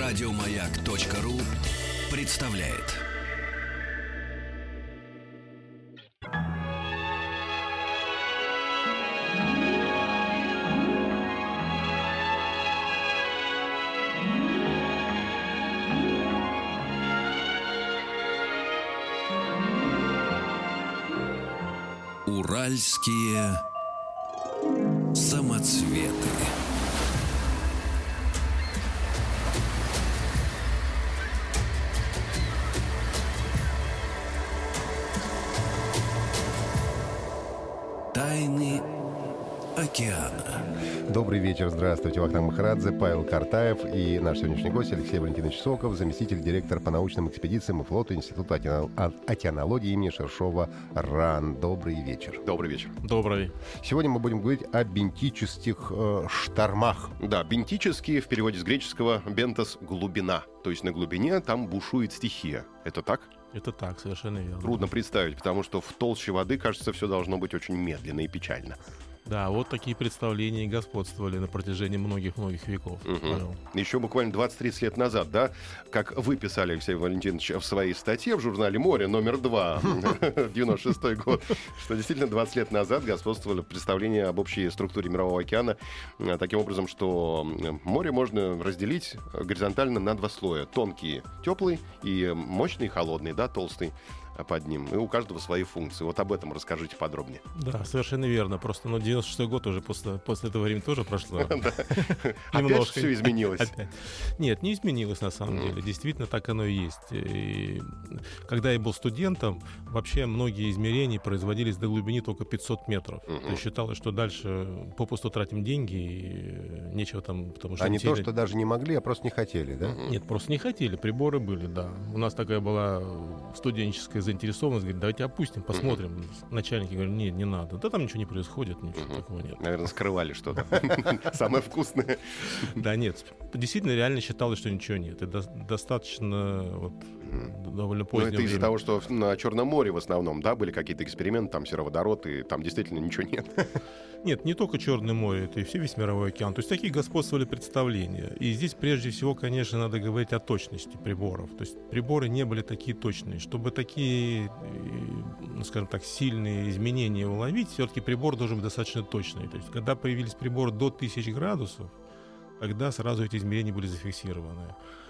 Радиомаяк.ру представляет. Уральские самоцветы. Тайны океана. Добрый вечер, здравствуйте. Вахтанг Махарадзе, Павел Картаев и наш сегодняшний гость Алексей Валентинович Соков, заместитель директора по научным экспедициям и флоту Института океанологии имени Шершова РАН. Добрый вечер. Добрый вечер. Добрый. Сегодня мы будем говорить о бентических штормах. Да, бентические в переводе с греческого «бентос» — глубина. То есть на глубине там бушует стихия. Это так? Это так, совершенно верно. Трудно представить, потому что в толще воды, кажется, все должно быть очень медленно и печально. Да, вот такие представления и господствовали на протяжении многих-многих веков. Еще буквально 20-30 лет назад, да, как вы писали, Алексей Валентинович, в своей статье в журнале «Море» номер 2, 96-й год, что действительно 20 лет назад господствовали представления об общей структуре Мирового океана таким образом, что море можно разделить горизонтально на два слоя. Тонкий, теплый, и мощный, холодный, да, толстый под ним. И у каждого свои функции. Вот об этом расскажите подробнее. Да, совершенно верно. Просто, 96-й год уже после этого времени тоже прошло. Опять все изменилось. Нет, не изменилось на самом деле. Действительно, так оно и есть. И когда я был студентом, вообще многие измерения производились до глубины только 500 метров. То есть считалось, что дальше попусту тратим деньги и нечего там... А не то, что даже не могли, а просто не хотели, да? Нет, просто не хотели. Приборы были, да. У нас такая была студенческая заинтересованность, говорит, давайте опустим, посмотрим. Начальники говорят, нет, не надо. Да там ничего не происходит, ничего такого нет. Наверное, скрывали что-то. Самое вкусное. Да нет, действительно реально считалось, что ничего нет. Это достаточно довольно позднее время. Это из-за того, что на Черном море в основном, да, были какие-то эксперименты, там сероводород, и там действительно ничего нет. Нет, не только Черное море, это и весь Мировой океан. То есть такие господствовали представления. И здесь прежде всего, конечно, надо говорить о точности приборов. То есть приборы не были такие точные. Чтобы такие, скажем так, сильные изменения уловить, все-таки прибор должен быть достаточно точный. То есть когда появились приборы до 1000 градусов, тогда сразу эти измерения были зафиксированы.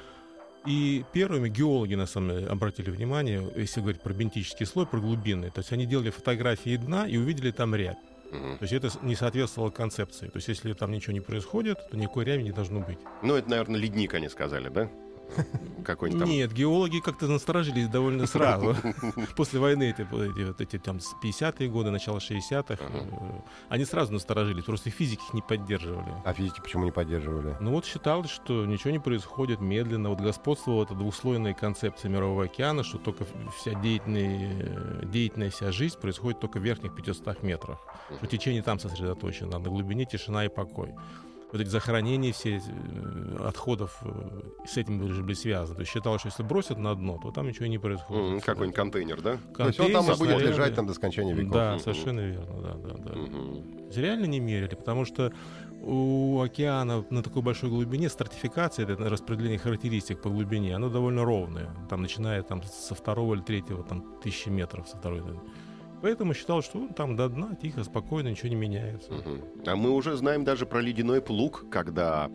И первыми геологи, на самом деле, обратили внимание, если говорить про бентический слой, про глубинный, то есть они делали фотографии дна и увидели там рябь. То есть это не соответствовало концепции. То есть если там ничего не происходит, то никакой ряби не должно быть. Ну, это, наверное, ледник, они сказали, да? Какой-нибудь там... Нет, геологи как-то насторожились довольно сразу. После войны, эти там 50-е годы, начало 60-х, они сразу насторожились, просто физики их не поддерживали. А физики почему не поддерживали? Ну вот считалось, что ничего не происходит медленно. Вот господствовала эта двухслойная концепция Мирового океана, что только вся деятельная вся жизнь происходит только в верхних 500 метрах. Что течение там сосредоточено, а на глубине тишина и покой. Вот эти захоронения все отходов с этим были связаны. То есть считалось, что если бросят на дно, то там ничего не происходит. Какой-нибудь контейнер, да? То есть он там и будет лежать там до скончания веков. Да, совершенно верно, да. Реально не мерили, потому что у океана на такой большой глубине стратификация, это распределение характеристик по глубине, оно довольно ровное. Там начиная со 2 или 3 1000 метров, со второй. Поэтому считал, что там до дна тихо, спокойно, ничего не меняется. А мы уже знаем даже про ледяной плуг, когда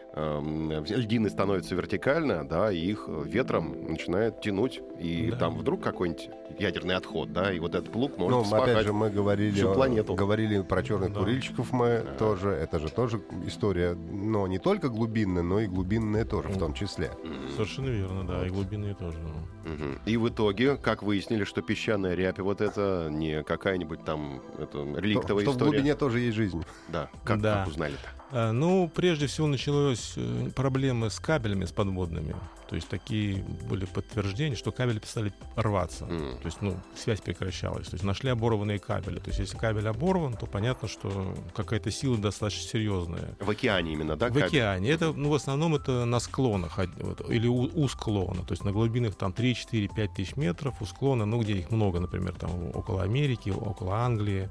льдины становятся вертикально, да, и их ветром начинает тянуть, и там вдруг какой-нибудь ядерный отход, да, и вот этот плуг может вспахать опять же, мы всю планету. Говорили про черных курильщиков, тоже, это же тоже история, но не только глубинная, но и глубинная тоже в том числе. Совершенно верно, да, и глубинные тоже. И в итоге, как выяснили, что песчаная рябь, вот это не какая-нибудь там реликтовая история. Что в глубине тоже есть жизнь. Да, как узнали-то? Ну, прежде всего началось проблемы с кабелями, с подводными. То есть такие были подтверждения, что кабели стали рваться. То есть, связь прекращалась. То есть нашли оборванные кабели. То есть если кабель оборван, то понятно, что какая-то сила достаточно серьезная. В океане именно, да? В океане. Это, в основном это на склонах или у склона. То есть на глубинах там 3, 4, 5 тысяч метров у склона, где их много, например, там около Америки, около Англии.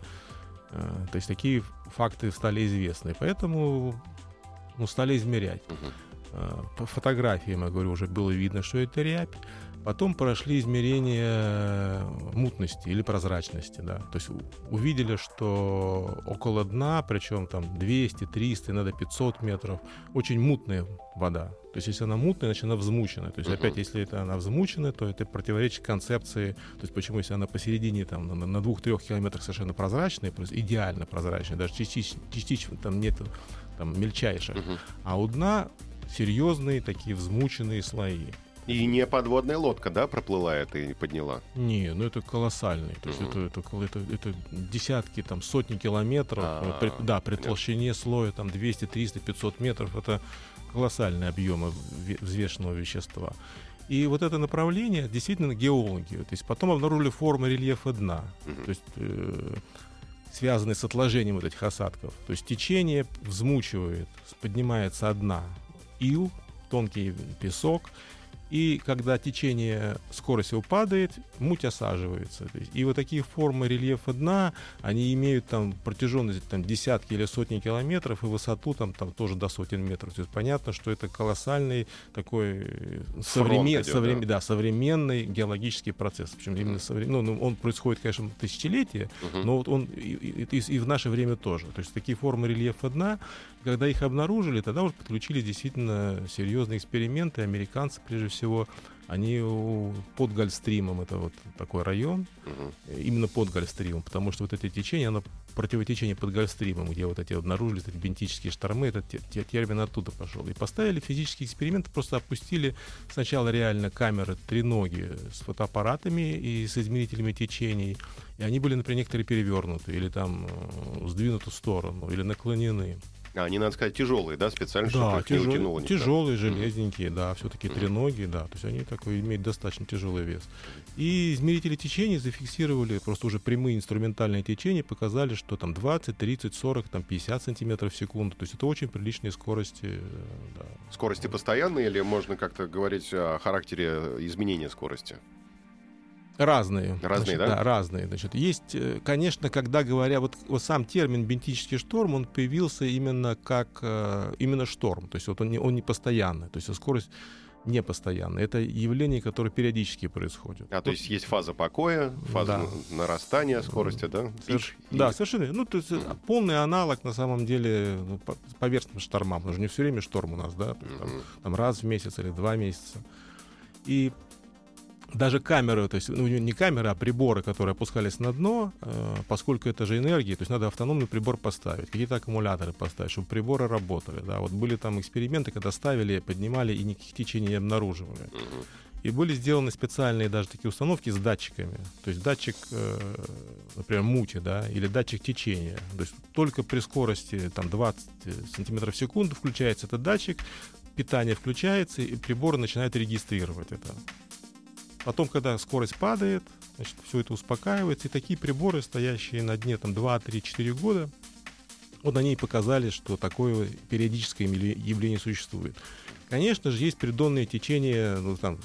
То есть такие факты стали известны. Поэтому стали измерять. По фотографиям, я говорю, уже было видно, что это рябь. Потом прошли измерения мутности или прозрачности. Да. То есть увидели, что около дна, причем там 200, 300, иногда 500 метров, очень мутная вода. То есть если она мутная, значит она взмучена. То есть опять, если это она взмучена, то это противоречит концепции. То есть почему, если она посередине там, на 2-3 километрах совершенно прозрачная, идеально прозрачная, даже частично там нет там, мельчайших, а у дна серьезные такие взмученные слои. И не подводная лодка, да, проплыла это и подняла? Не, ну это колоссальный. То есть это десятки, там, сотни километров. При толщине слоя там 200, 300, 500 метров. Это колоссальные объемы взвешенного вещества. И вот это направление действительно геологи. То есть потом обнаружили формы рельефа дна. То есть связанные с отложением вот этих осадков. То есть течение взмучивает, поднимается со дна ил, тонкий песок. И когда течение, скорость его падает, муть осаживается. И вот такие формы рельефа дна, они имеют там протяженность там, десятки или сотни километров и высоту там тоже до сотен метров. То есть понятно, что это колоссальный такой современный геологический процесс. Причем именно он происходит, конечно, тысячелетия, но вот он и в наше время тоже. То есть такие формы рельефа дна, когда их обнаружили, тогда уже подключились действительно серьезные эксперименты. Американцы, прежде всего, они под Гольфстримом, это вот такой район, именно под Гольфстримом, потому что вот эти течения, оно противотечение под Гольфстримом, где вот эти обнаружились эти бентические штормы, этот термин оттуда пошел. И поставили физические эксперименты, просто опустили сначала реально камеры треноги с фотоаппаратами и с измерителями течений, и они были, например, некоторые перевернуты, или там сдвинуты в сторону, или наклонены. Они, надо сказать, тяжелые, да, специально, чтобы их не утянуло. Тяжелые, железненькие, да, все-таки треноги, да, то есть они такой имеют достаточно тяжелый вес. И измерители течений зафиксировали просто уже прямые инструментальные течения, показали, что там 20, 30, 40, там 50 сантиметров в секунду, то есть это очень приличные скорости. Да. Скорости постоянные или можно как-то говорить о характере изменения скорости? Разные. Разные, да? Да, разные. Значит, есть, конечно, когда говоря, вот сам термин бентический шторм, он появился именно как именно шторм. То есть вот он не постоянный. То есть скорость не постоянная. Это явление, которое периодически происходит. То есть есть фаза покоя, фаза нарастания скорости, да? Да, совершенно. Ну, то есть полный аналог, на самом деле, поверхностным штормам. Потому что не все время шторм у нас, да? Там раз в месяц или 2 месяца. И даже камеры, то есть не камеры, а приборы, которые опускались на дно, поскольку это же энергия, то есть надо автономный прибор поставить, какие-то аккумуляторы поставить, чтобы приборы работали. Да. Вот были там эксперименты, когда ставили, поднимали и никаких течений не обнаруживали. И были сделаны специальные даже такие установки с датчиками. То есть датчик, например, мути, да, или датчик течения. То есть только при скорости там, 20 сантиметров в секунду включается этот датчик, питание включается, и приборы начинают регистрировать это. Потом, когда скорость падает, значит, все это успокаивается. И такие приборы, стоящие на дне там, 2, 3, 4 года, вот они и показали, что такое периодическое явление существует. Конечно же, есть придонные течения, ну, там,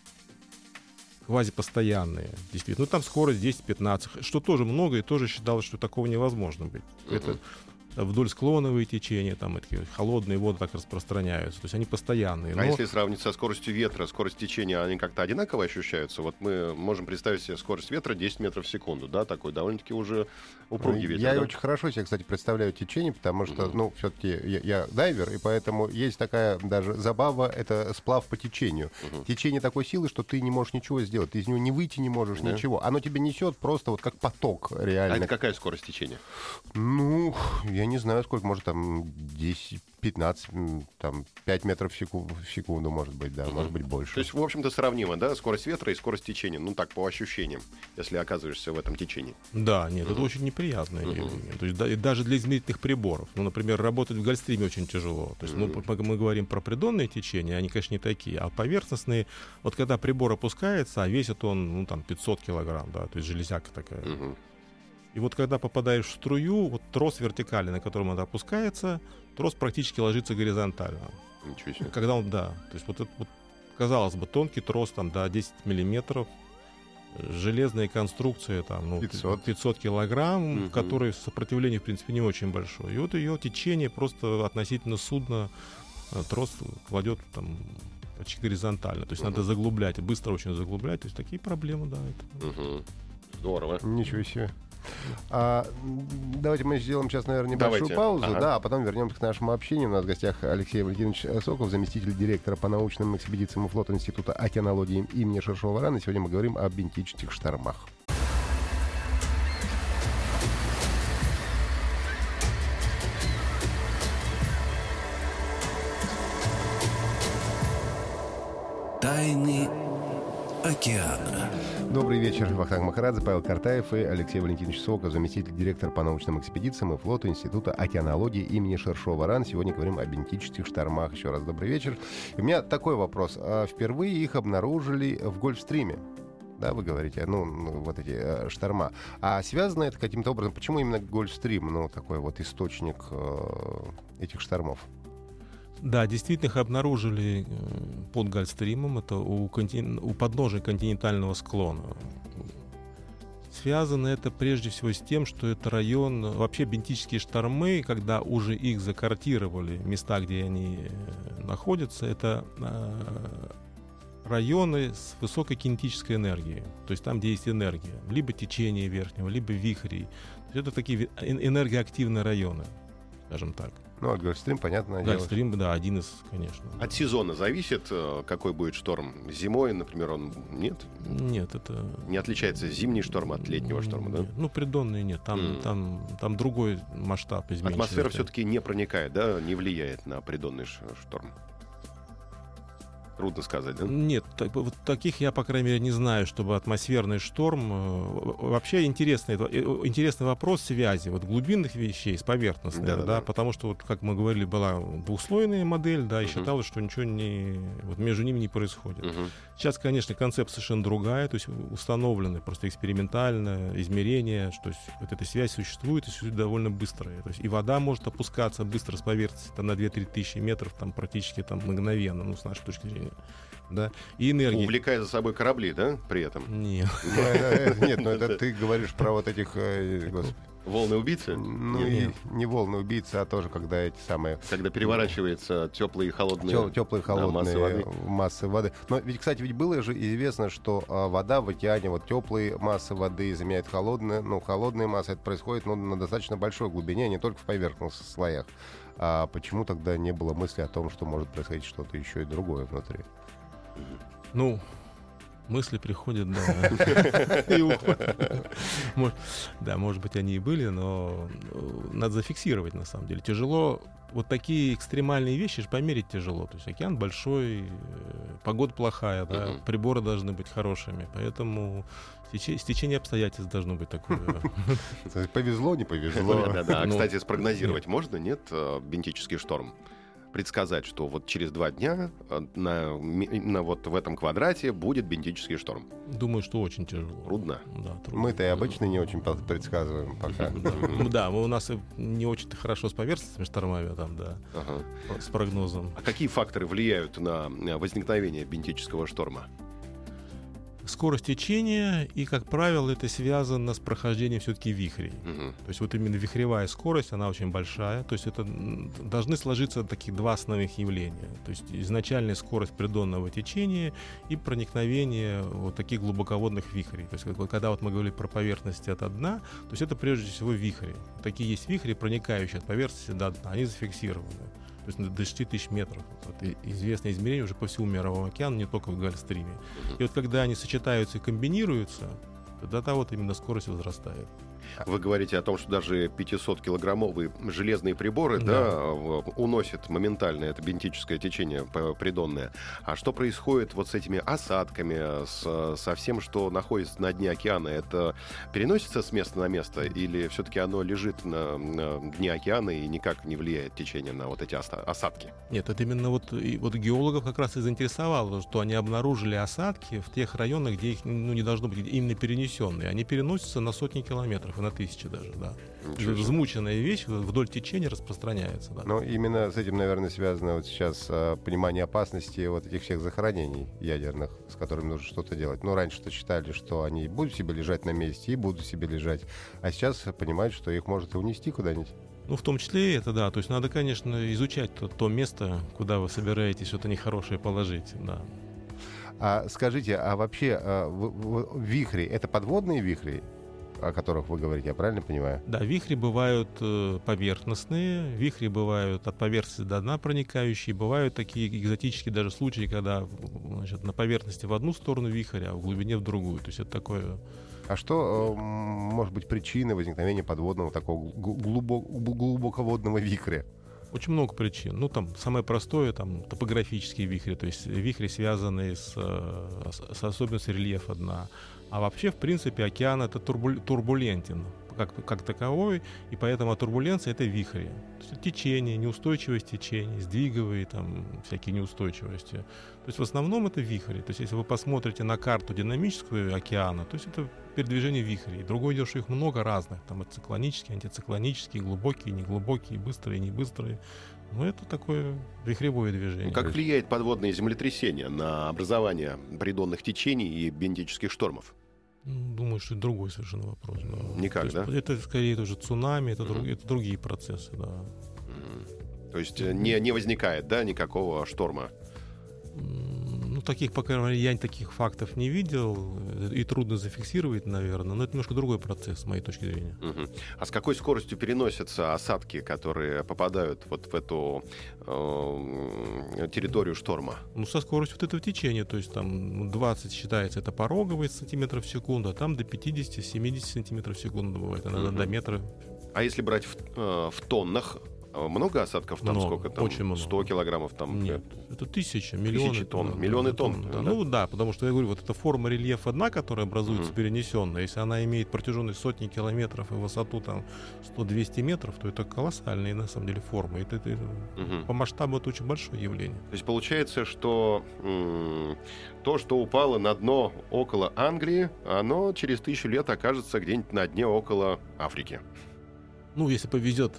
квазипостоянные, действительно. Ну, там скорость 10-15, что тоже много, и тоже считалось, что такого невозможно быть. Это вдоль склоновые течения, там такие холодные воды так распространяются, то есть они постоянные. А если сравнить со скоростью ветра, скорость течения, они как-то одинаково ощущаются? Вот мы можем представить себе скорость ветра 10 метров в секунду, да, такой довольно-таки уже упругий ветер. Я да? очень хорошо себе, кстати, представляю течение, потому что, ну, все-таки я дайвер, и поэтому есть такая даже забава, это сплав по течению. Течение такой силы, что ты не можешь ничего сделать, ты из него не выйти не можешь, ничего. Оно тебя несет просто вот как поток, реально. А это какая скорость течения? Ну, я не знаю, сколько, может, там 10, 15, там 5 метров в секунду, может быть, да, может быть, больше. То есть, в общем-то, сравнимо, да, скорость ветра и скорость течения, ну, так, по ощущениям, если оказываешься в этом течении. Да, нет, это очень неприятное явление. То есть, да, даже для измерительных приборов. Ну, например, работать в Гольфстриме очень тяжело. То есть, мы говорим про придонные течения, они, конечно, не такие, а поверхностные, вот когда прибор опускается, а весит он, ну, там, 500 килограмм, да, то есть железяка такая. И вот когда попадаешь в струю, вот трос вертикальный, на котором это опускается, трос практически ложится горизонтально. Ничего себе. Когда он, да, то есть вот, казалось бы, тонкий трос, там, да, 10 миллиметров, железная конструкция, там, ну, 500 килограмм, в которой сопротивление, в принципе, не очень большое. И вот ее течение просто относительно судна трос кладет там почти горизонтально. То есть надо заглублять, быстро очень заглублять. То есть такие проблемы, да. Это. Здорово. Ничего себе. Давайте мы сделаем сейчас, наверное, небольшую паузу, а потом вернемся к нашему общению. У нас в гостях Алексей Валентинович Соков, заместитель директора по научным экспедициям флота Института океанологии имени Шершова-Рана. Сегодня мы говорим о бентических штормах. Тайны океана. Добрый вечер. Вахтанг Махарадзе, Павел Картаев и Алексей Валентинович Соков, заместитель директора по научным экспедициям и флоту Института океанологии имени Шершова-Ран. Сегодня говорим о бентических штормах. Еще раз добрый вечер. И у меня такой вопрос. Впервые их обнаружили в Гольфстриме. Да, вы говорите, вот эти шторма. А связано это каким-то образом? Почему именно Гольфстрим, такой вот источник этих штормов? Да, действительно их обнаружили под Гольфстримом, это у подножия континентального склона. Связано это прежде всего с тем, что это район, вообще бентические штормы, когда уже их закартировали, места, где они находятся, это районы с высокой кинетической энергией, то есть там, где есть энергия, либо течение верхнего, либо вихрей. Это такие энергоактивные районы, скажем так. От Гольфстрим, понятно. Гольфстрим, да, один из, конечно. От сезона зависит, какой будет шторм? Зимой, например, он нет? Нет, это... Не отличается зимний шторм от летнего шторма, да? Нет. Придонные нет, там другой масштаб изменчивый. Атмосфера все-таки не проникает, да, не влияет на придонный шторм? Трудно сказать, да? Нет, таких я, по крайней мере, не знаю, чтобы атмосферный шторм... Вообще интересный вопрос связи глубинных вещей с поверхностными, да, потому что, как мы говорили, была двухслойная модель, да, и считалось, что ничего между ними не происходит. Сейчас, конечно, концепция совершенно другая, то есть установлены просто экспериментально измерения, что эта связь существует, и существует довольно быстрая. То есть и вода может опускаться быстро с поверхности на 2-3 тысячи метров, практически мгновенно, с нашей точки зрения. Да. И энергия. Увлекая за собой корабли, да, при этом? Нет. Нет, это ты говоришь про вот этих... Волны-убийцы? Не волны-убийцы, а тоже, когда эти самые... Когда переворачиваются теплые и холодные массы воды. Но ведь, кстати, было же известно, что вода в океане, теплые массы воды заменяют холодные массы. Это происходит на достаточно большой глубине, а не только в поверхностных слоях. А почему тогда не было мысли о том, что может происходить что-то еще и другое внутри? Мысли приходят, да, и уходят. Да, может быть, они и были, но надо зафиксировать, на самом деле. Тяжело. Такие экстремальные вещи померить тяжело. То есть океан большой, погода плохая, да, приборы должны быть хорошими, поэтому стечение обстоятельств должно быть такое. Повезло, не повезло. А, кстати, спрогнозировать можно, нет, бентический шторм? Предсказать, что через 2 дня в этом квадрате будет бентический шторм? Думаю, что очень тяжело. Трудно? Да, трудно. Мы-то и обычно не очень предсказываем пока. Да, у нас не очень-то хорошо с поверхностными штормами, с прогнозом. А какие факторы влияют на возникновение бентического шторма? Скорость течения, и, как правило, это связано с прохождением все-таки вихрей. То есть именно вихревая скорость, она очень большая. То есть это должны сложиться таких 2 основных явления. То есть изначальная скорость придонного течения и проникновение таких глубоководных вихрей. То есть когда мы говорили про поверхности от дна, то есть это прежде всего вихри. Такие есть вихри, проникающие от поверхности до дна. Они зафиксированы. То есть до 6 тысяч метров. Это известное измерение уже по всему Мировому океану, не только в Гольфстриме. И когда они сочетаются и комбинируются, тогда именно скорость возрастает. Вы говорите о том, что даже 500-килограммовые железные приборы уносят моментально это бентическое течение придонное. А что происходит с этими осадками, со всем, что находится на дне океана? Это переносится с места на место или все-таки оно лежит на дне океана и никак не влияет течение на эти осадки? Нет, это именно геологов как раз и заинтересовало, что они обнаружили осадки в тех районах, где их не должно быть именно перенесенные. Они переносятся на сотни километров, на тысячи даже, да. Взмученная вещь вдоль течения распространяется. Да. Но именно с этим, наверное, связано сейчас понимание опасности этих всех захоронений ядерных, с которыми нужно что-то делать. Раньше-то считали, что они будут себе лежать на месте и будут себе лежать. А сейчас понимают, что их может и унести куда-нибудь. Ну, в том числе и это, да. То есть надо, конечно, изучать то место, куда вы собираетесь что-то нехорошее положить, да. А скажите, а вообще вихри — это подводные вихри, о которых вы говорите, я правильно понимаю? Да, вихри бывают поверхностные, вихри бывают от поверхности до дна проникающие, бывают такие экзотические даже случаи, когда, значит, на поверхности в одну сторону вихрь, а в глубине в другую. То есть это такое... А что может быть причиной возникновения подводного такого глубоководного вихря? Очень много причин. Ну, там, самое простое, там, топографические вихри, то есть вихри, связанные с особенностью рельефа дна. А вообще, в принципе, океан — это турбулентен как таковой, и поэтому от турбуленции — это вихри. То есть течение, неустойчивость течений, сдвиговые там всякие неустойчивости. То есть в основном это вихри. То есть если вы посмотрите на карту динамическую океана, то есть это передвижение вихрей. Другое дело, что их много разных. Там и циклонические, антициклонические, глубокие, неглубокие, быстрые, небыстрые. Но это такое вихревое движение. Как влияет подводное землетрясение на образование придонных течений и бентических штормов? Думаю, что это другой совершенно вопрос. Да. Никак, да? Это скорее тоже цунами, это другие процессы, да. То есть не возникает, да, никакого шторма? Ну, таких, по крайней мере, я таких фактов не видел, и трудно зафиксировать, наверное, но это немножко другой процесс, с моей точки зрения. А с какой скоростью переносятся осадки, которые попадают вот в эту территорию шторма? Ну, со скоростью вот этого течения, то есть там 20 считается, это пороговый сантиметров в секунду, а там до 50-70 сантиметров в секунду бывает, иногда до метра. А если брать в тоннах, много осадков там? Много, сколько там? очень много. 100 килограммов там? Нет, это тысячи, миллионы. Тысячи тонн, да, миллионы тонн. Да. Ну да, потому что я говорю, вот эта форма рельефа дна, которая образуется перенесенная, если она имеет протяженность сотни километров и высоту там 100-200 метров, то это колоссальные на самом деле формы. Это по масштабу это очень большое явление. То есть получается, что то, что упало на дно около Англии, оно через 1000 лет окажется где-нибудь на дне около Африки. Ну, если повезет.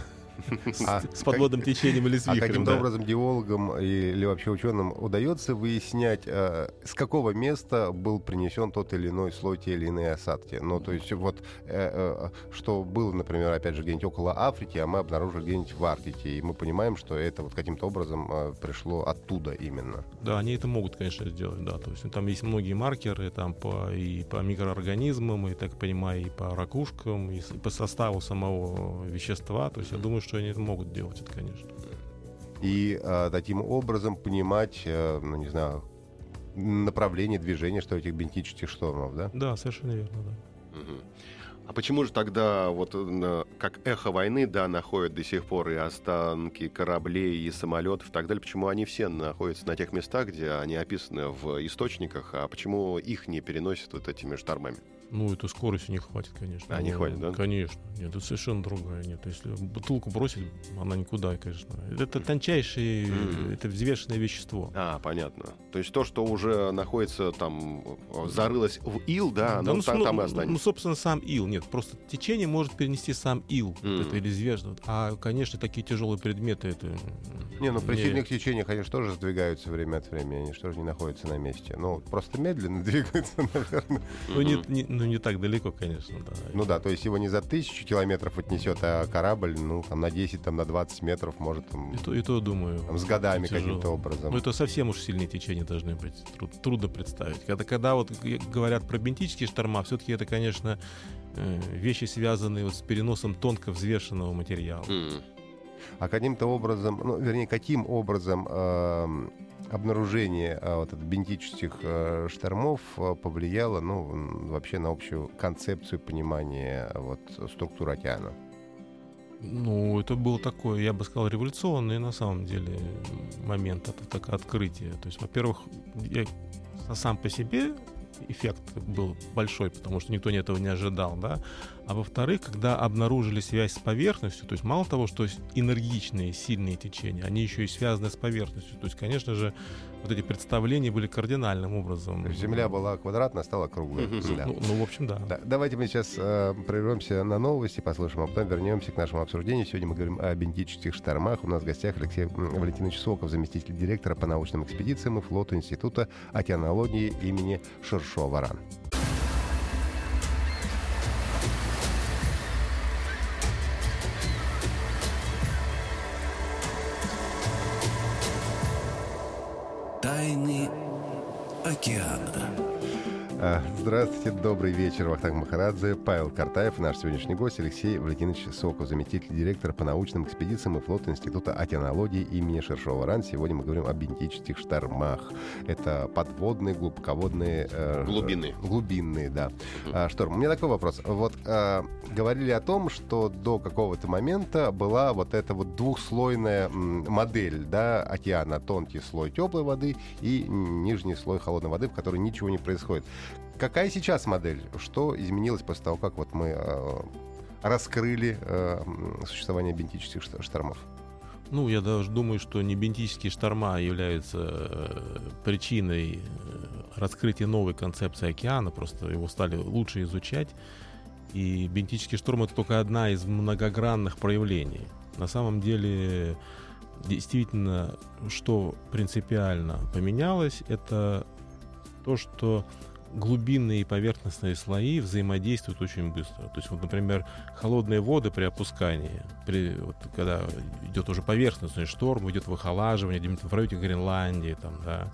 С подводным течением или с вихрем. А каким-то образом геологам или вообще ученым удается выяснять, с какого места был принесен тот или иной слой, те или иные осадки? Ну, то есть вот, что было, например, опять же, где-нибудь около Африки, а мы обнаружили где-нибудь в Арктике, и мы понимаем, что это вот каким-то образом пришло оттуда именно. Да, они это могут, конечно, сделать, да. То есть там есть многие маркеры там и по микроорганизмам, и, так понимаю, и по ракушкам, и по составу самого вещества. То есть я думаю, что они это могут делать, это, конечно. И таким образом понимать, ну, не знаю, направление движения, что этих бентических штормов, да? Да, совершенно верно, да. А почему же тогда, вот как эхо войны, да, находят до сих пор и останки кораблей, и самолетов и так далее, почему они все находятся на тех местах, где они описаны в источниках, а почему их не переносят вот этими штормами? Ну, это скорости не хватит, конечно. Не хватит, да? Конечно. Нет, это совершенно другая. Нет, если бутылку бросить, она никуда, конечно. Это тончайшее, это взвешенное вещество. Понятно. То есть то, что уже находится там, зарылось в ил, да, оно там и останется. Ну, собственно, сам ил. Нет, просто течение может перенести сам ил. Это или взвешенно. А, конечно, такие тяжелые предметы, это... При сильных течениях они же тоже сдвигаются время от времени, они же тоже не находятся на месте. Ну, просто медленно двигаются, наверное. Не так далеко, конечно, да. Ну да, то есть его не за 1000 километров отнесет, а корабль, ну, там, на 10, там, на 20 метров может, там, и то думаю, там, с годами каким-то образом. Ну, это совсем уж сильные течения должны быть. Трудно представить. Когда вот говорят про бентические шторма, все-таки это, конечно, вещи, связанные вот с переносом тонко взвешенного материала. А каким-то образом, ну, вернее, каким образом обнаружение вот этих бентических штормов повлияло, ну, вообще на общую концепцию понимания вот структуры океана? Ну, это был такой, я бы сказал, революционный на самом деле момент, это открытие. То есть, во-первых, сам по себе эффект был большой, потому что никто этого не ожидал, да. А во-вторых, когда обнаружили связь с поверхностью, то есть мало того, что энергичные, сильные течения, они еще и связаны с поверхностью. То есть, конечно же, вот эти представления были кардинальным образом. Земля была квадратная, стала круглой. Да. Ну, в общем, да. Давайте мы сейчас прервемся на новости, послушаем, а потом вернемся к нашему обсуждению. Сегодня мы говорим о бентических штормах. У нас в гостях Алексей Валентинович Соков, заместитель директора по научным экспедициям и флоту Института океанологии имени Шершова-Ран. Тайны океана. Здравствуйте, добрый вечер, Вахтанг Махарадзе, Павел Картаев, наш сегодняшний гость Алексей Валентинович Соков, заместитель директора по научным экспедициям и флоту Института океанологии имени Шершова РАН. Сегодня мы говорим о бентических штормах. Это подводные, глубоководные... Глубинные, да. Штормы. У меня такой вопрос. Вот говорили о том, что до какого-то момента была вот эта вот двухслойная модель, да, океана. Тонкий слой теплой воды и нижний слой холодной воды, в которой ничего не происходит. Какая сейчас модель? Что изменилось после того, как вот мы раскрыли существование бентических штормов? Ну, я даже думаю, что не бентические шторма являются причиной раскрытия новой концепции океана, просто его стали лучше изучать. И бентический шторм — это только одна из многогранных проявлений. На самом деле, действительно, что принципиально поменялось, это то, что глубинные и поверхностные слои взаимодействуют очень быстро. То есть, вот, например, холодные воды при опускании, когда идет уже поверхностный шторм, идет выхолаживание, где-нибудь в районе Гренландии, там, да,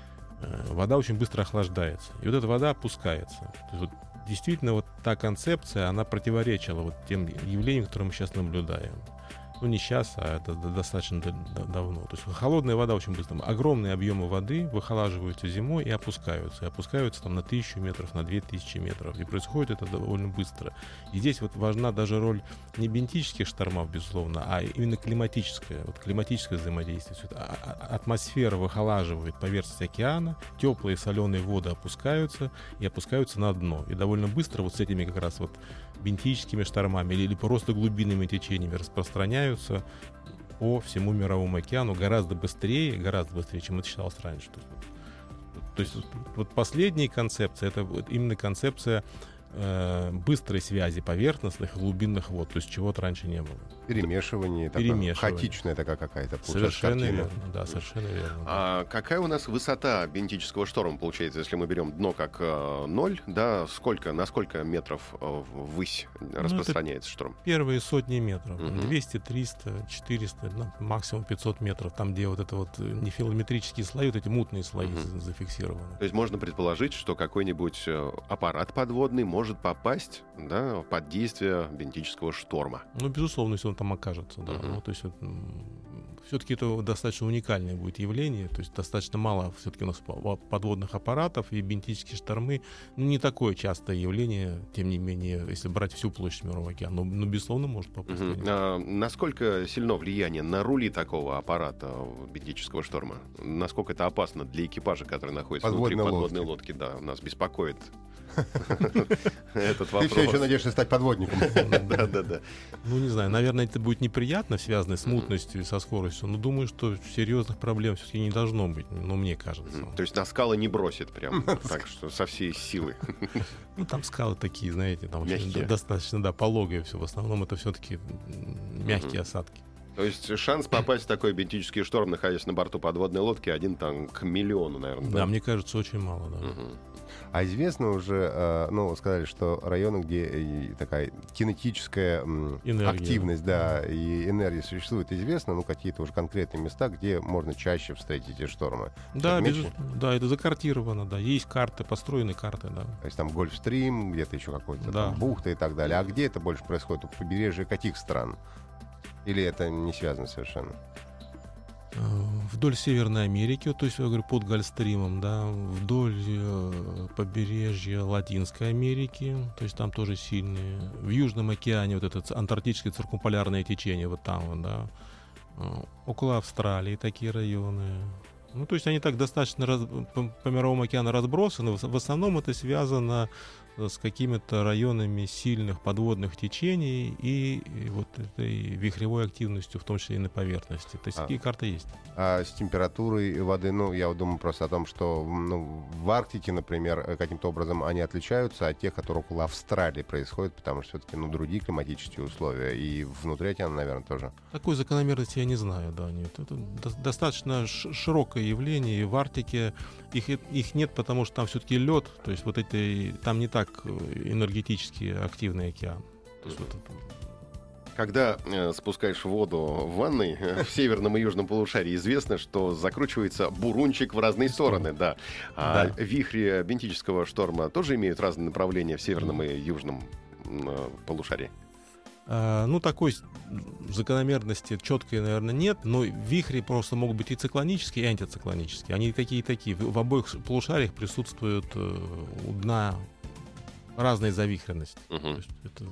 вода очень быстро охлаждается. И вот эта вода опускается. То есть, вот, действительно, вот та концепция, она противоречила вот тем явлениям, которые мы сейчас наблюдаем. Ну, не сейчас, а это достаточно давно. То есть холодная вода очень быстро. Огромные объемы воды выхолаживаются зимой и опускаются. И опускаются там на 1000 метров, на 2000 метров. И происходит это довольно быстро. И здесь вот важна даже роль не бентических штормов, безусловно, а именно климатическое. Вот климатическое взаимодействие. Атмосфера выхолаживает поверхность океана, теплые соленые воды опускаются и опускаются на дно. И довольно быстро вот с этими как раз вот бентическими штормами или просто глубинными течениями распространяются по всему Мировому океану гораздо быстрее, чем это считалось раньше. То есть вот последняя концепция — это вот именно концепция быстрой связи поверхностных и глубинных вод, то есть чего-то раньше не было. Перемешивание. Хаотичная такая какая-то. Совершенно верно. Да, совершенно верно. А какая у нас высота бентического шторма получается, если мы берем дно как 0, да, на сколько метров ввысь распространяется шторм? Первые сотни метров. 200, 300, 400, максимум 500 метров. Там, где вот это вот нефилометрические слои, вот эти мутные слои зафиксированы. То есть можно предположить, что какой-нибудь аппарат подводный может попасть, да, под действие бентического шторма. Ну, безусловно, если он там окажется, да. Ну, то есть все-таки это достаточно уникальное будет явление, то есть достаточно мало все-таки у нас подводных аппаратов, и бентические штормы не такое частое явление, тем не менее, если брать всю площадь Мирового океана, но безусловно, может попасть. Насколько сильно влияние на рули такого аппарата бентического шторма? Насколько это опасно для экипажа, который находится внутри подводной лодки? Да, нас беспокоит этот вопрос. Ты все еще надеешься стать подводником. Да. Ну, не знаю, наверное, это будет неприятно, связано с мутностью и со скоростью, но думаю, что серьезных проблем все-таки не должно быть, но мне кажется. То есть на скалы не бросит прям так, что со всей силы. Ну, там скалы такие, знаете, там достаточно, да, пологие все. В основном это все-таки мягкие осадки. То есть шанс попасть в такой бентический шторм, находясь на борту подводной лодки, 1 там к 1 миллиону, наверное. Да, мне кажется, очень мало, да. А известно уже, сказали, что районы, где такая кинетическая активность, да, и энергия существует, известно, какие-то уже конкретные места, где можно чаще встретить эти штормы. Да, да, это закартировано, да, есть карты, построены карты, да. То есть там Гольфстрим, где-то еще какой-то там бухта и так далее. А где это больше происходит? У побережья каких стран? Или это не связано совершенно? Вдоль Северной Америки, то есть, я говорю, под Гольфстримом, да, вдоль побережья Латинской Америки, то есть там тоже сильные. В Южном океане вот это антарктическое циркумполярное течение, вот там вот, да. Около Австралии такие районы. Ну, то есть они так достаточно по Мировому океану разбросаны. В основном это связано с какими-то районами сильных подводных течений и вот этой вихревой активностью, в том числе и на поверхности. То есть такие карты есть. А с температурой воды, я думаю просто о том, что в Арктике, например, каким-то образом они отличаются от тех, которые около Австралии происходят, потому что все-таки другие климатические условия. И внутри океана, наверное, тоже. Такой закономерности я не знаю, да, нет. Это достаточно широкое явление. И в Арктике их нет, потому что там все-таки лед, то есть там не так энергетически активный океан. То есть Когда спускаешь воду в ванной в северном и южном полушарии, известно, что закручивается бурунчик в разные стороны. Да. А вихри бентического шторма тоже имеют разные направления в северном и южном полушарии? Такой закономерности четкой, наверное, нет, но вихри просто могут быть и циклонические, и антициклонические. Они такие. В обоих полушариях присутствуют у дна разные завихренности. То есть это...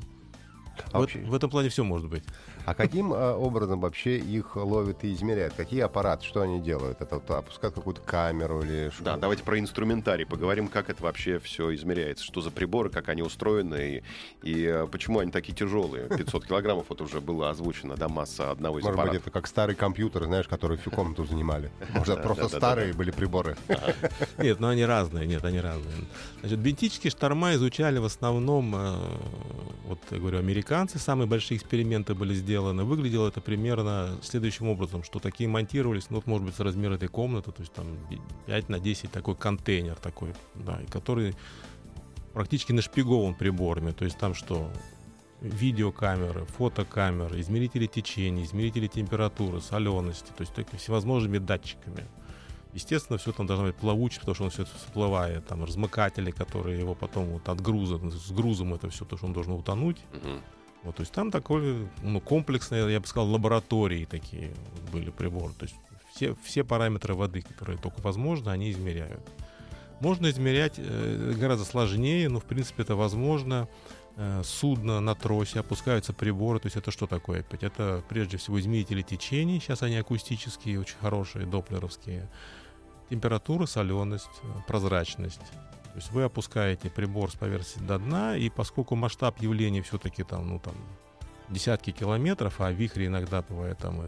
В этом плане все может быть. А каким образом вообще их ловят и измеряют? Какие аппараты, что они делают? Это опускают какую-то камеру или что? Да, давайте про инструментарий поговорим, как это вообще все измеряется, что за приборы, как они устроены и почему они такие тяжелые. 500 килограммов, вот уже было озвучено, да, масса одного из аппаратов. Может быть, это как старый компьютер, знаешь, который всю комнату занимали. Может, просто старые были приборы. Нет, но они разные. Значит, бентические шторма изучали в основном, вот я говорю, американцы. Самые большие эксперименты были сделаны. Выглядело это примерно следующим образом, что такие монтировались, может быть, с размера этой комнаты, то есть там 5 на 10 такой контейнер такой, да, который практически нашпигован приборами, то есть там что? Видеокамеры, фотокамеры, измерители течения, измерители температуры, солености, то есть всевозможными датчиками. Естественно, все там должно быть плавучее, потому что он все это всплывает, там размыкатели, которые его потом вот от груза, с грузом это все, то, что он должен утонуть. Вот, то есть там такой комплексные, я бы сказал, лаборатории такие были приборы. То есть все параметры воды, которые только возможно, они измеряют. Можно измерять гораздо сложнее, но в принципе это возможно. Судно на тросе, опускаются приборы. То есть это что такое? Это прежде всего измерители течений. Сейчас они акустические, очень хорошие, доплеровские. Температура, соленость, прозрачность. То есть вы опускаете прибор с поверхности до дна, и поскольку масштаб явления все-таки там десятки километров, а вихри иногда бывает там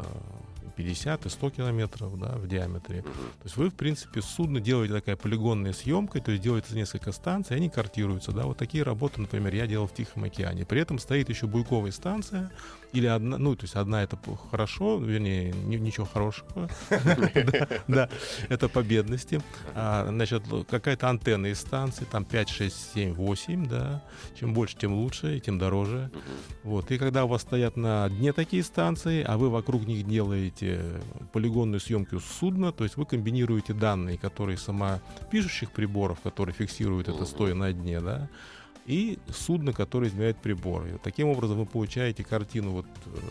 50 и 100 километров, да, в диаметре. То есть вы, в принципе, судно делаете такая полигонная съемка, то есть делается несколько станций, они картируются. Да, вот такие работы, например, я делал в Тихом океане. При этом стоит еще буйковая станция, или одна, то есть одна это хорошо, вернее, ничего хорошего. Да, это по бедности. Значит, какая-то антенна из станции, там 5, 6, 7, 8, да. Чем больше, тем лучше, и тем дороже. Вот. И когда у вас стоят на дне такие станции, а вы вокруг них делаете полигонную съемку судна, то есть вы комбинируете данные, которые самопишущих приборов, которые фиксируют это стоя на дне, да, и судно, которое измеряет приборы. И таким образом вы получаете картину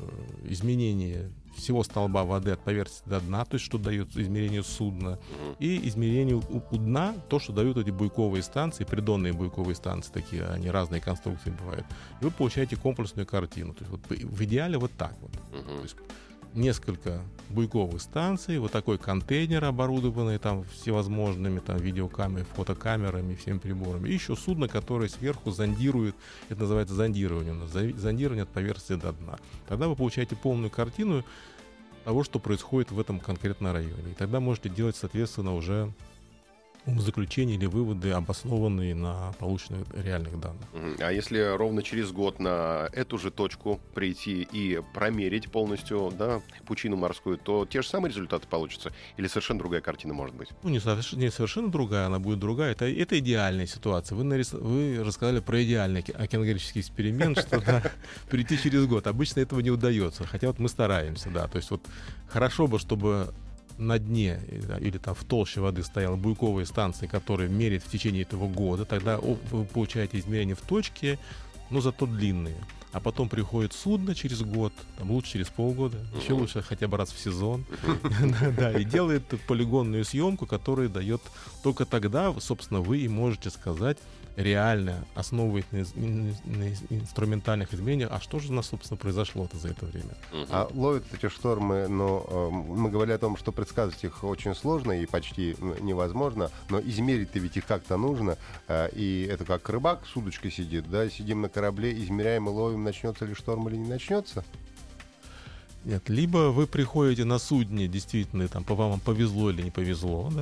изменения всего столба воды от поверхности до дна, то есть что дает измерение судна, и измерение у дна, то, что дают эти буйковые станции, придонные буйковые станции, такие, они разные конструкции бывают. И вы получаете комплексную картину. То есть в идеале вот так вот. То есть несколько буйковых станций, вот такой контейнер, оборудованный там всевозможными там видеокамерами, фотокамерами, всеми приборами. И еще судно, которое сверху зондирует, это называется зондирование, зондирование от поверхности до дна. Тогда вы получаете полную картину того, что происходит в этом конкретном районе. И тогда можете делать, соответственно, уже умозаключения или выводы, обоснованные на полученных реальных данных. А если ровно через год на эту же точку прийти и промерить полностью, да, пучину морскую, то те же самые результаты получатся? Или совершенно другая картина может быть? Не совершенно другая, она будет другая. Это идеальная ситуация. Вы рассказали про идеальный океанографический эксперимент, что прийти через год. Обычно этого не удается, хотя вот мы стараемся, да. То есть вот хорошо бы, чтобы на дне или там в толще воды стояла буйковая станция, которая меряет в течение этого года, тогда вы получаете измерения в точке, но зато длинные. А потом приходит судно через год, там лучше через полгода, еще лучше хотя бы раз в сезон, и делает полигонную съемку, которая дает только тогда, собственно, вы и можете сказать, реально основываясь на инструментальных изменениях, а что же у нас, собственно, произошло-то за это время. А ловят эти штормы, но мы говорили о том, что предсказывать их очень сложно и почти невозможно, но измерить-то ведь их как-то нужно, и это как рыбак с удочкой сидит, да, сидим на корабле, измеряем и ловим, начнется ли шторм или не начнется? Нет, либо вы приходите на судне, действительно, там, вам повезло или не повезло, да,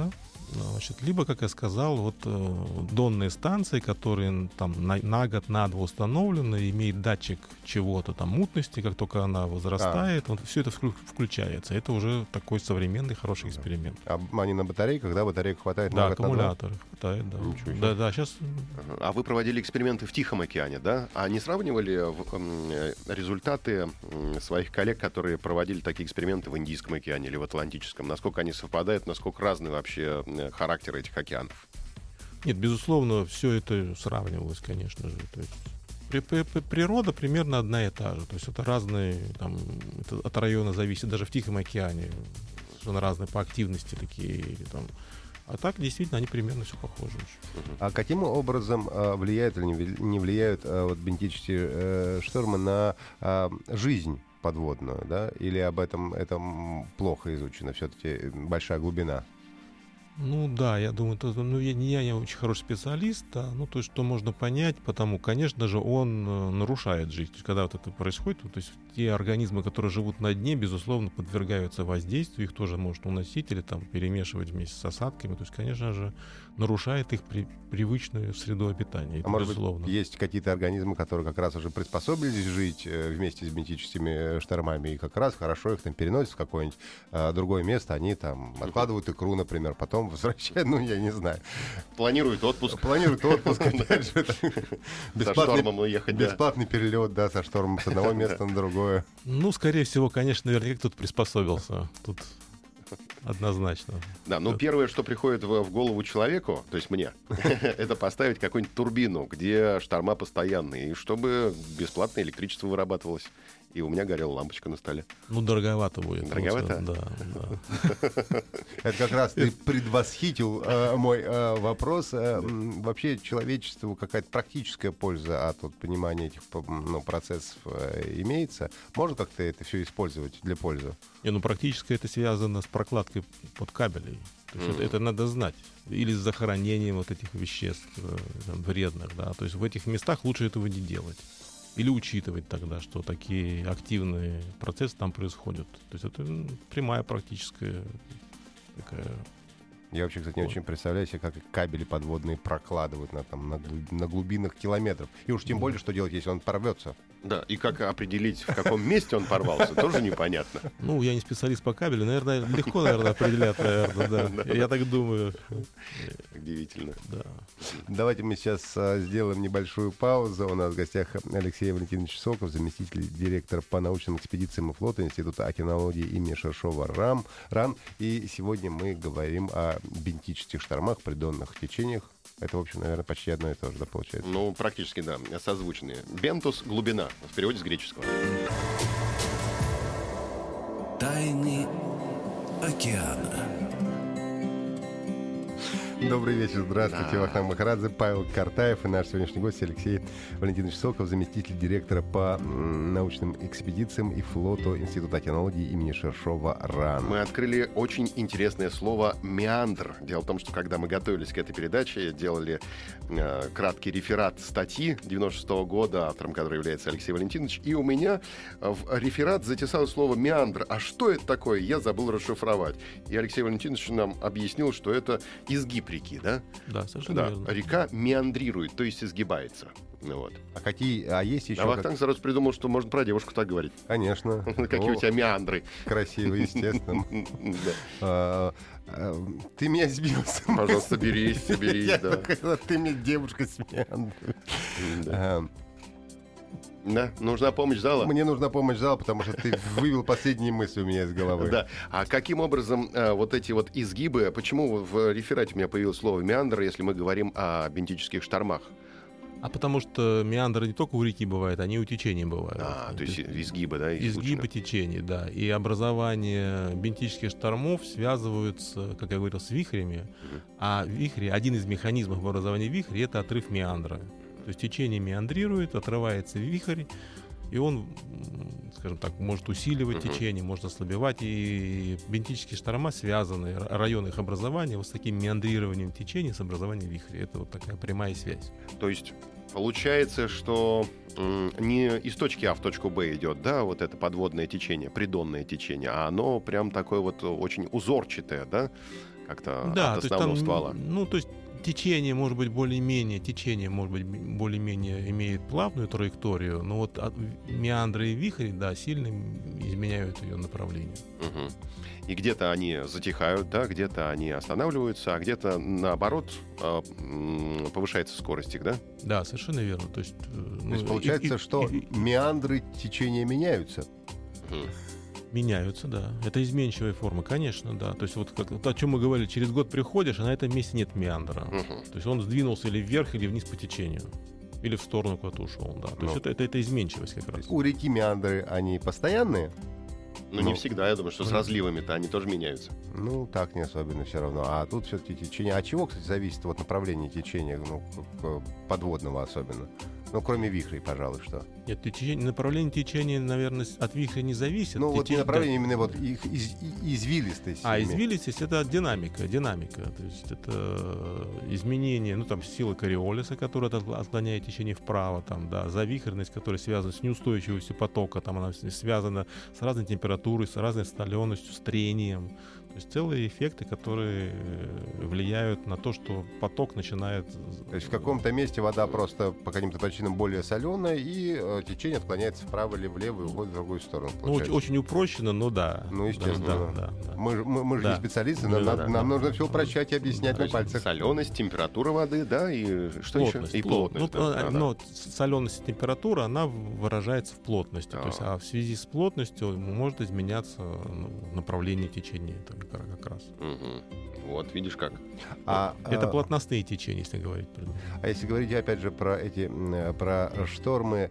Значит, либо, как я сказал, вот донные станции, которые там на год, на два установлены, имеют датчик чего-то там мутности, как только она возрастает, вот все это включается. Это уже такой современный хороший эксперимент. А они на батарейках, да? Батарейок хватает? Да, аккумуляторы хватает, да. Да, сейчас. А вы проводили эксперименты в Тихом океане, да? А не сравнивали результаты своих коллег, которые проводили такие эксперименты в Индийском океане или в Атлантическом? Насколько они совпадают, насколько разные вообще характеры этих океанов? Нет, безусловно, все это сравнивалось, конечно же. То есть природа примерно одна и та же. То есть это разные, там, это от района зависит, даже в Тихом океане совершенно разные по активности такие. Там. А так, действительно, они примерно все похожи. А каким образом влияют или не влияют вот бентические штормы на жизнь подводную, да? Или об этом это плохо изучено? Все-таки большая глубина. Ну да, я думаю, я не очень хороший специалист, да, ну то есть что можно понять, потому, конечно же, он нарушает жизнь. То есть, когда вот это происходит, то есть те организмы, которые живут на дне, безусловно, подвергаются воздействию, их тоже может уносить или там перемешивать вместе с осадками. То есть, конечно же, нарушает их привычную среду обитания. Это, может безусловно. быть, есть какие-то организмы, которые как раз уже приспособились жить вместе с бентическими штормами, и как раз хорошо их там переносят в какое-нибудь другое место, они там откладывают икру, например, потом возвращают, ну, я не знаю. Планируют отпуск. Опять же. Со штормом уехать, да. Бесплатный перелет, да, со штормом с одного места на другое. Ну, скорее всего, конечно, наверняка кто-то приспособился. Тут однозначно. Да, ну первое, что приходит в голову человеку, то есть мне, это поставить какую-нибудь турбину, где шторма постоянные, и чтобы бесплатное электричество вырабатывалось. И у меня горела лампочка на столе. Ну, дороговато будет. Дороговато? Да. Это как раз ты предвосхитил мой вопрос. Вообще человечеству какая-то практическая польза от понимания этих процессов имеется? Можно как-то это все использовать для пользы? Ну, практически это связано с прокладкой под кабелей. То есть это надо знать. Или с захоронением вот этих веществ вредных. Да? То есть в этих местах лучше этого не делать. Или учитывать тогда, что такие активные процессы там происходят. То есть это прямая практическая такая... Я вообще, кстати, не очень представляю себе, как кабели подводные прокладывают на глубинах километров. И уж тем более, что делать, если он порвется. Да, и как определить, в каком месте он порвался, тоже непонятно. Ну, я не специалист по кабелю, наверное, легко, определять, да. Я так думаю. Удивительно. Да. Давайте мы сейчас сделаем небольшую паузу. У нас в гостях Алексей Валентинович Соков, заместитель директора по научным экспедициям и флота Института океанологии имени Шершова РАН. И сегодня мы говорим о бентических штормах, придонных течениях. Это, в общем, наверное, почти одно и то же, да, получается? Ну, практически, да, созвучные. Бентус — глубина, в переводе с греческого. Тайны океана. Добрый вечер, здравствуйте, Да. Вахтанг Махарадзе, Павел Картаев и наш сегодняшний гость Алексей Валентинович Соков, заместитель директора по научным экспедициям и флоту Института океанологии имени Шершова РАН. Мы открыли очень интересное слово «меандр». Дело в том, что когда мы готовились к этой передаче, делали краткий реферат статьи 96-го года, автором которой является Алексей Валентинович, и у меня в реферат затесалось слово «меандр». А что это такое? Я забыл расшифровать. И Алексей Валентинович нам объяснил, что это изгиб реки, да? Да, совершенно верно. Река меандрирует, то есть изгибается. Ну, вот. А есть еще... А Вахтанг сразу придумал, что можно про девушку так говорить. Конечно. Какие у тебя меандры. Красиво, естественно. Да. Ты меня сбил. Пожалуйста, соберись, да. Ты мне девушка с меандрами. Да, нужна помощь зала. Мне нужна помощь зала, потому что ты вывел последние мысли у меня из головы. Да. А каким образом вот эти вот изгибы, почему в реферате у меня появилось слово «меандр», если мы говорим о бентических штормах? А потому что меандры не только у реки бывают, они у течения бывают. То есть изгибы, да? Изгибы течений, да. И образование бентических штормов связываются, как я говорил, с вихрями. А вихри, один из механизмов образования вихрей — это отрыв меандра. То есть течение меандрирует, отрывается вихрь, и он, скажем так, может усиливать течение, может ослабевать. И бентические шторма связаны, районы их образования вот с таким меандрированием течения, с образованием вихря. Это вот такая прямая связь. То есть получается, что не из точки А в точку Б идет, да, вот это подводное течение, придонное течение, а оно прям такое вот очень узорчатое, да? как-то Да, от то есть основного там, ствола. ну, то есть течение может быть более-менее имеет плавную траекторию, но вот меандры и вихри, да, сильно изменяют ее направление. Мгм. И где-то они затихают, да, где-то они останавливаются, а где-то, наоборот, повышается скорость их, да? Да, совершенно верно. То есть получается, что меандры течения меняются. Мгм. меняются, да. Это изменчивые формы, конечно, да. То есть вот о чем мы говорили, через год приходишь, а на этом месте нет меандра. Мгм. То есть он сдвинулся или вверх, или вниз по течению. Или в сторону куда-то ушел, да. То есть это изменчивость как раз. У реки меандры, они постоянные? Ну, не всегда, я думаю, что с разливами-то они тоже меняются. Ну, так не особенно все равно. А тут все-таки течение. А от чего, кстати, зависит вот направление течения, ну, подводного особенно? Ну, кроме вихрей, пожалуй, что. Нет, направление течения, наверное, от вихря не зависит. Ну, вот не направление, да. именно вот их извилистость. Извилистость — это динамика. То есть это изменение, ну, там, силы Кориолиса, которая отклоняет течение вправо, там, да, завихренность, которая связана с неустойчивостью потока, там она связана с разной температурой, с разной соленостью, с трением. То есть целые эффекты, которые влияют на то, что поток начинает... То есть в каком-то месте вода просто по каким-то причинам более соленая, и течение отклоняется вправо или влево и уходит в другую сторону. Ну, очень упрощенно, но да. Ну, естественно. Да. Мы же не специалисты, нам нужно все упрощать и объяснять на пальцах. Соленость, температура воды, да, и что плотность, еще? И плотность. Но соленость и температура, она выражается в плотности. То есть, а в связи с плотностью может изменяться направление течения как раз. Угу. Вот, видишь как. Это плотностные течения, если говорить. А если говорить, опять же, про штормы,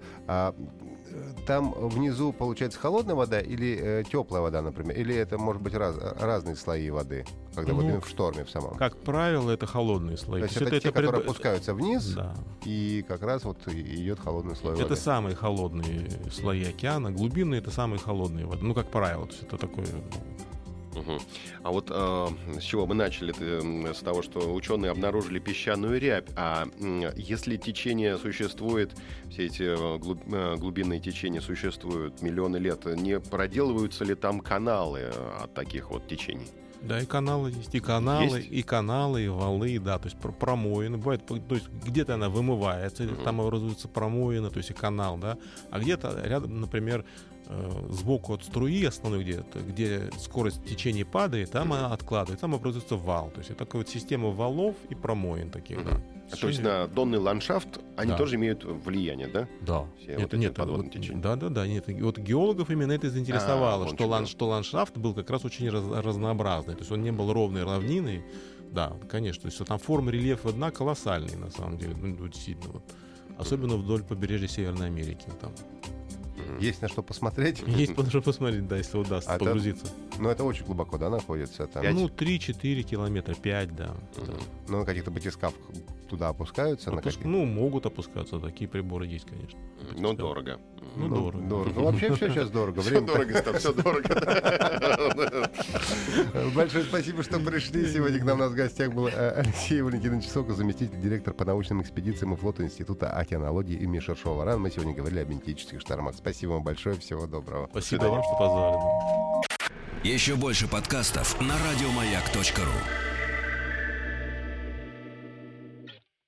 там внизу получается холодная вода или теплая вода, например? Или это, может быть, разные слои воды, когда вот именно в шторме в самом? Как правило, это холодные слои. То есть это те, которые опускаются вниз, да. И как раз вот идет холодный слой воды. Это самые холодные слои океана. Глубинные — это самые холодные воды. Ну, как правило, то есть это такое... Угу. А вот с чего мы начали? С того, что ученые обнаружили песчаную рябь. А если течение существует, все эти глубинные течения существуют миллионы лет, не проделываются ли там каналы от таких вот течений? Да, и каналы есть, и каналы, и валы, да, то есть промоины. Бывает, то есть где-то она вымывается, там образуется промоина, то есть и канал, да, а где-то рядом, например, сбоку от струи основной где-то, где скорость течения падает, там она откладывает, там образуется вал. То есть это такая вот система валов и промоин таких, да. То есть на донный ландшафт они тоже имеют влияние, да? Да. Нет, подводные течения. Да. Нет. Вот геологов именно это заинтересовало, что ландшафт был как раз очень разнообразный. То есть он не был ровной равниной. Да, конечно. То есть там формы рельефа дна колоссальные, на самом деле. Действительно. Вот. Особенно вдоль побережья Северной Америки. Там. Есть на что посмотреть? Есть на что посмотреть, да, если удастся погрузиться. Но это очень глубоко, да, находится? Там? 3-4 километра, 5, да. Ну, на каких-то батискафах туда опускаются? Могут опускаться, такие приборы есть, конечно. Но дорого. Дорого. Ну, вообще все сейчас дорого. Все дорого, все дорого. Большое спасибо, что пришли. Сегодня к нам у нас в гостях был Алексей Валентинович Сокол, заместитель директора по научным экспедициям и флоту Института океанологии имени Шершова-Ран. Мы сегодня говорили о бентических штормах. Спасибо вам большое, всего доброго. Спасибо вам, что позвали. Еще больше подкастов на радиомаяк.ру.